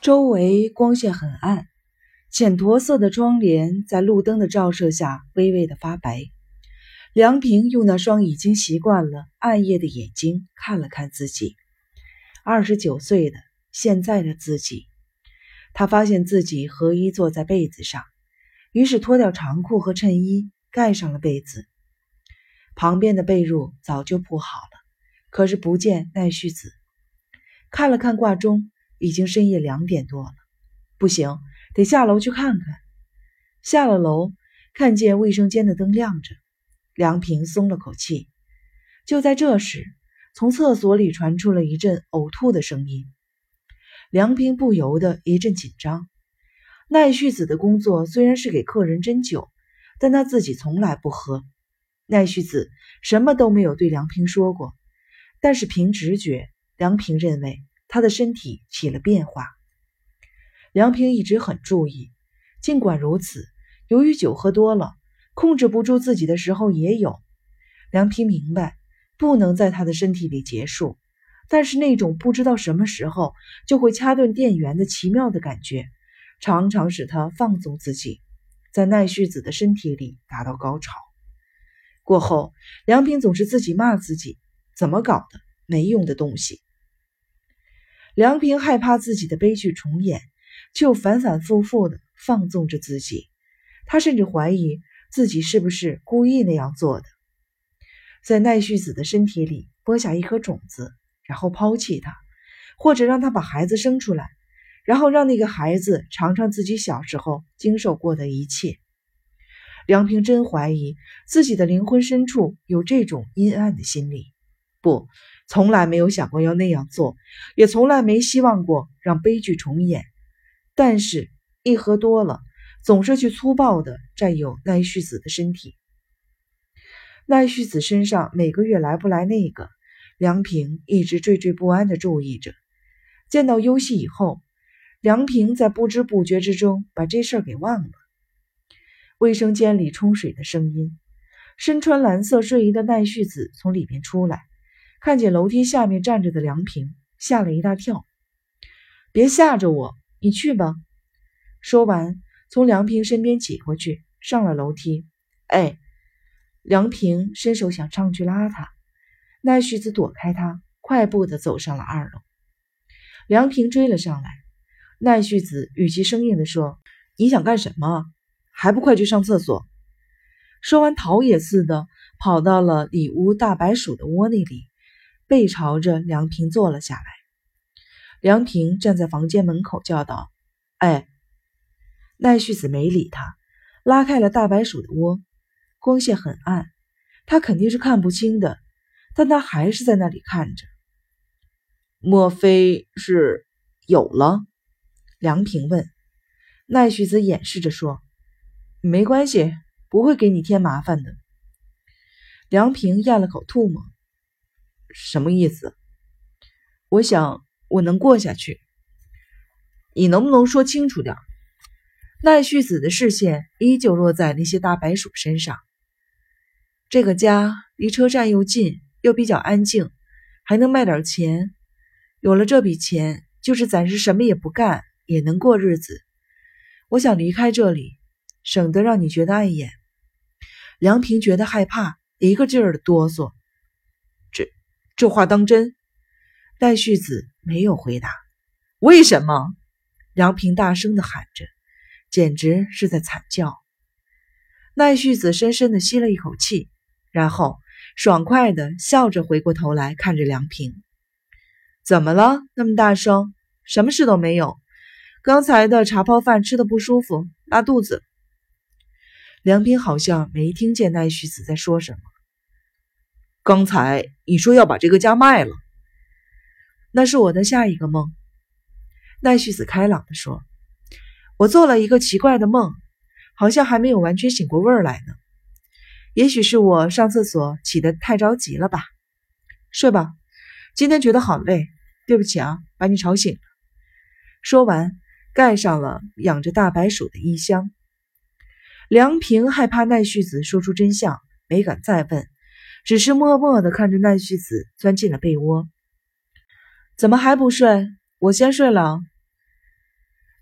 周围光线很暗，浅驼色的窗帘在路灯的照射下微微的发白。梁平用那双已经习惯了暗夜的眼睛看了看自己，29岁的现在的自己。他发现自己合衣坐在被子上，于是脱掉长裤和衬衣，盖上了被子。旁边的被褥早就铺好了，可是不见奈绪子。看了看挂钟，已经深夜2点多了。不行，得下楼去看看。下了楼，看见卫生间的灯亮着，梁平松了口气。就在这时，从厕所里传出了一阵呕吐的声音。梁平不由得一阵紧张。奈绪子的工作虽然是给客人斟酒，但他自己从来不喝。奈绪子什么都没有对梁平说过，但是凭直觉，梁平认为他的身体起了变化。梁平一直很注意，尽管如此，由于酒喝多了，控制不住自己的时候也有。梁平明白，不能在他的身体里结束，但是那种不知道什么时候就会掐断电源的奇妙的感觉，常常使他放纵自己，在奈绪子的身体里达到高潮。过后，梁平总是自己骂自己，怎么搞的，没用的东西。梁平害怕自己的悲剧重演，就反反复复地放纵着自己。他甚至怀疑自己是不是故意那样做的，在奈绪子的身体里播下一颗种子，然后抛弃他，或者让他把孩子生出来，然后让那个孩子尝尝自己小时候经受过的一切。梁平真怀疑自己的灵魂深处有这种阴暗的心理，不，从来没有想过要那样做，也从来没希望过让悲剧重演。但是一喝多了，总是去粗暴地占有奈绪子的身体。奈绪子身上每个月来不来那个，梁平一直惴惴不安地注意着。见到优希以后，梁平在不知不觉之中把这事儿给忘了。卫生间里冲水的声音，身穿蓝色睡衣的奈绪子从里面出来，看见楼梯下面站着的梁平，吓了一大跳。别吓着我，你去吧。说完，从梁平身边挤过去，上了楼梯。哎，梁平伸手想上去拉他，奈绪子躲开他，快步地走上了2楼。梁平追了上来，奈绪子语气生硬地说：“你想干什么？还不快去上厕所！”说完，逃也似的跑到了里屋大白鼠的窝那里，背朝着梁平坐了下来。梁平站在房间门口叫道：“哎！”奈绪子没理他，拉开了大白鼠的窝。光线很暗，他肯定是看不清的，但他还是在那里看着。莫非是有了？梁平问。奈绪子掩饰着说：“没关系，不会给你添麻烦的。”梁平咽了口唾沫。什么意思？我想我能过下去。你能不能说清楚点？奈绪子的视线依旧落在那些大白鼠身上。这个家离车站又近，又比较安静，还能卖点钱。有了这笔钱，就是暂时什么也不干，也能过日子。我想离开这里，省得让你觉得碍眼。梁平觉得害怕，一个劲儿的哆嗦。这话当真？奈绪子没有回答。为什么？梁平大声地喊着，简直是在惨叫。奈绪子深深地吸了一口气，然后爽快地笑着回过头来看着梁平。怎么了？那么大声？什么事都没有。刚才的茶泡饭吃得不舒服，拉肚子。梁平好像没听见奈绪子在说什么。刚才你说要把这个家卖了。那是我的下一个梦。奈绪子开朗地说。我做了一个奇怪的梦，好像还没有完全醒过味儿来呢。也许是我上厕所起得太着急了吧。睡吧，今天觉得好累，对不起啊，把你吵醒了。说完，盖上了养着大白鼠的衣箱。梁平害怕奈绪子说出真相，没敢再问，只是默默地看着奈绪子钻进了被窝。怎么还不睡？我先睡了。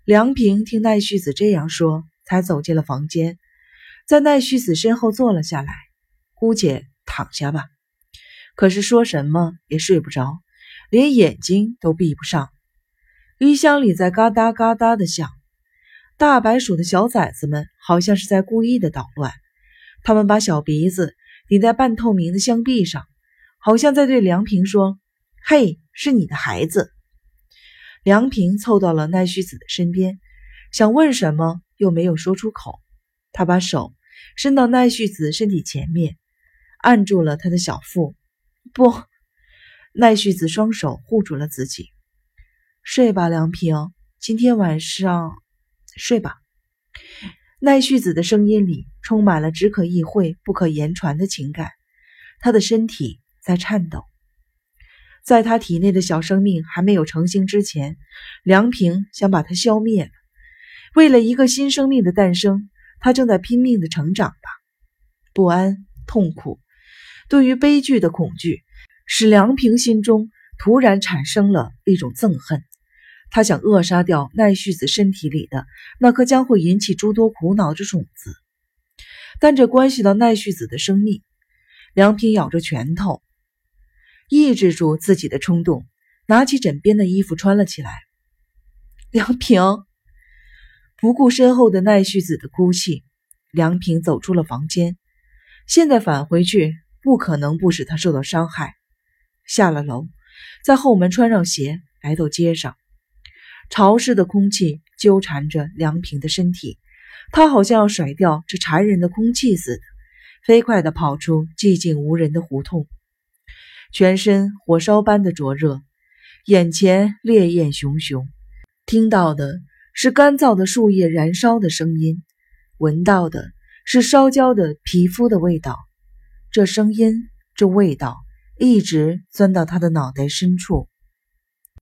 梁平听奈绪子这样说，才走进了房间，在奈绪子身后坐了下来。姑姐躺下吧。可是说什么也睡不着，连眼睛都闭不上。衣箱里在嘎哒嘎哒的响，大白鼠的小崽子们好像是在故意的捣乱，他们把小鼻子顶在半透明的箱壁上，好像在对梁平说：嘿，是你的孩子。梁平凑到了奈绪子的身边，想问什么又没有说出口。他把手伸到奈绪子身体前面，按住了她的小腹。不，奈绪子双手护住了自己。睡吧，梁平，今天晚上睡吧。奈绪子的声音里充满了只可意会不可言传的情感，她的身体在颤抖。在她体内的小生命还没有成型之前，梁平想把它消灭了。为了一个新生命的诞生，她正在拼命的成长吧。不安、痛苦，对于悲剧的恐惧，使梁平心中突然产生了一种憎恨。他想扼杀掉奈绪子身体里的那颗将会引起诸多苦恼的种子，但这关系到奈绪子的生命。梁平咬着拳头，抑制住自己的冲动，拿起枕边的衣服穿了起来。梁平不顾身后的奈绪子的哭泣，梁平走出了房间。现在返回去不可能不使他受到伤害。下了楼，在后门穿上鞋，来到街上。潮湿的空气纠缠着梁平的身体，他好像要甩掉这缠人的空气似的，飞快地跑出寂静无人的胡同。全身火烧般的灼热，眼前烈焰熊熊，听到的是干燥的树叶燃烧的声音，闻到的是烧焦的皮肤的味道。这声音，这味道，一直钻到他的脑袋深处。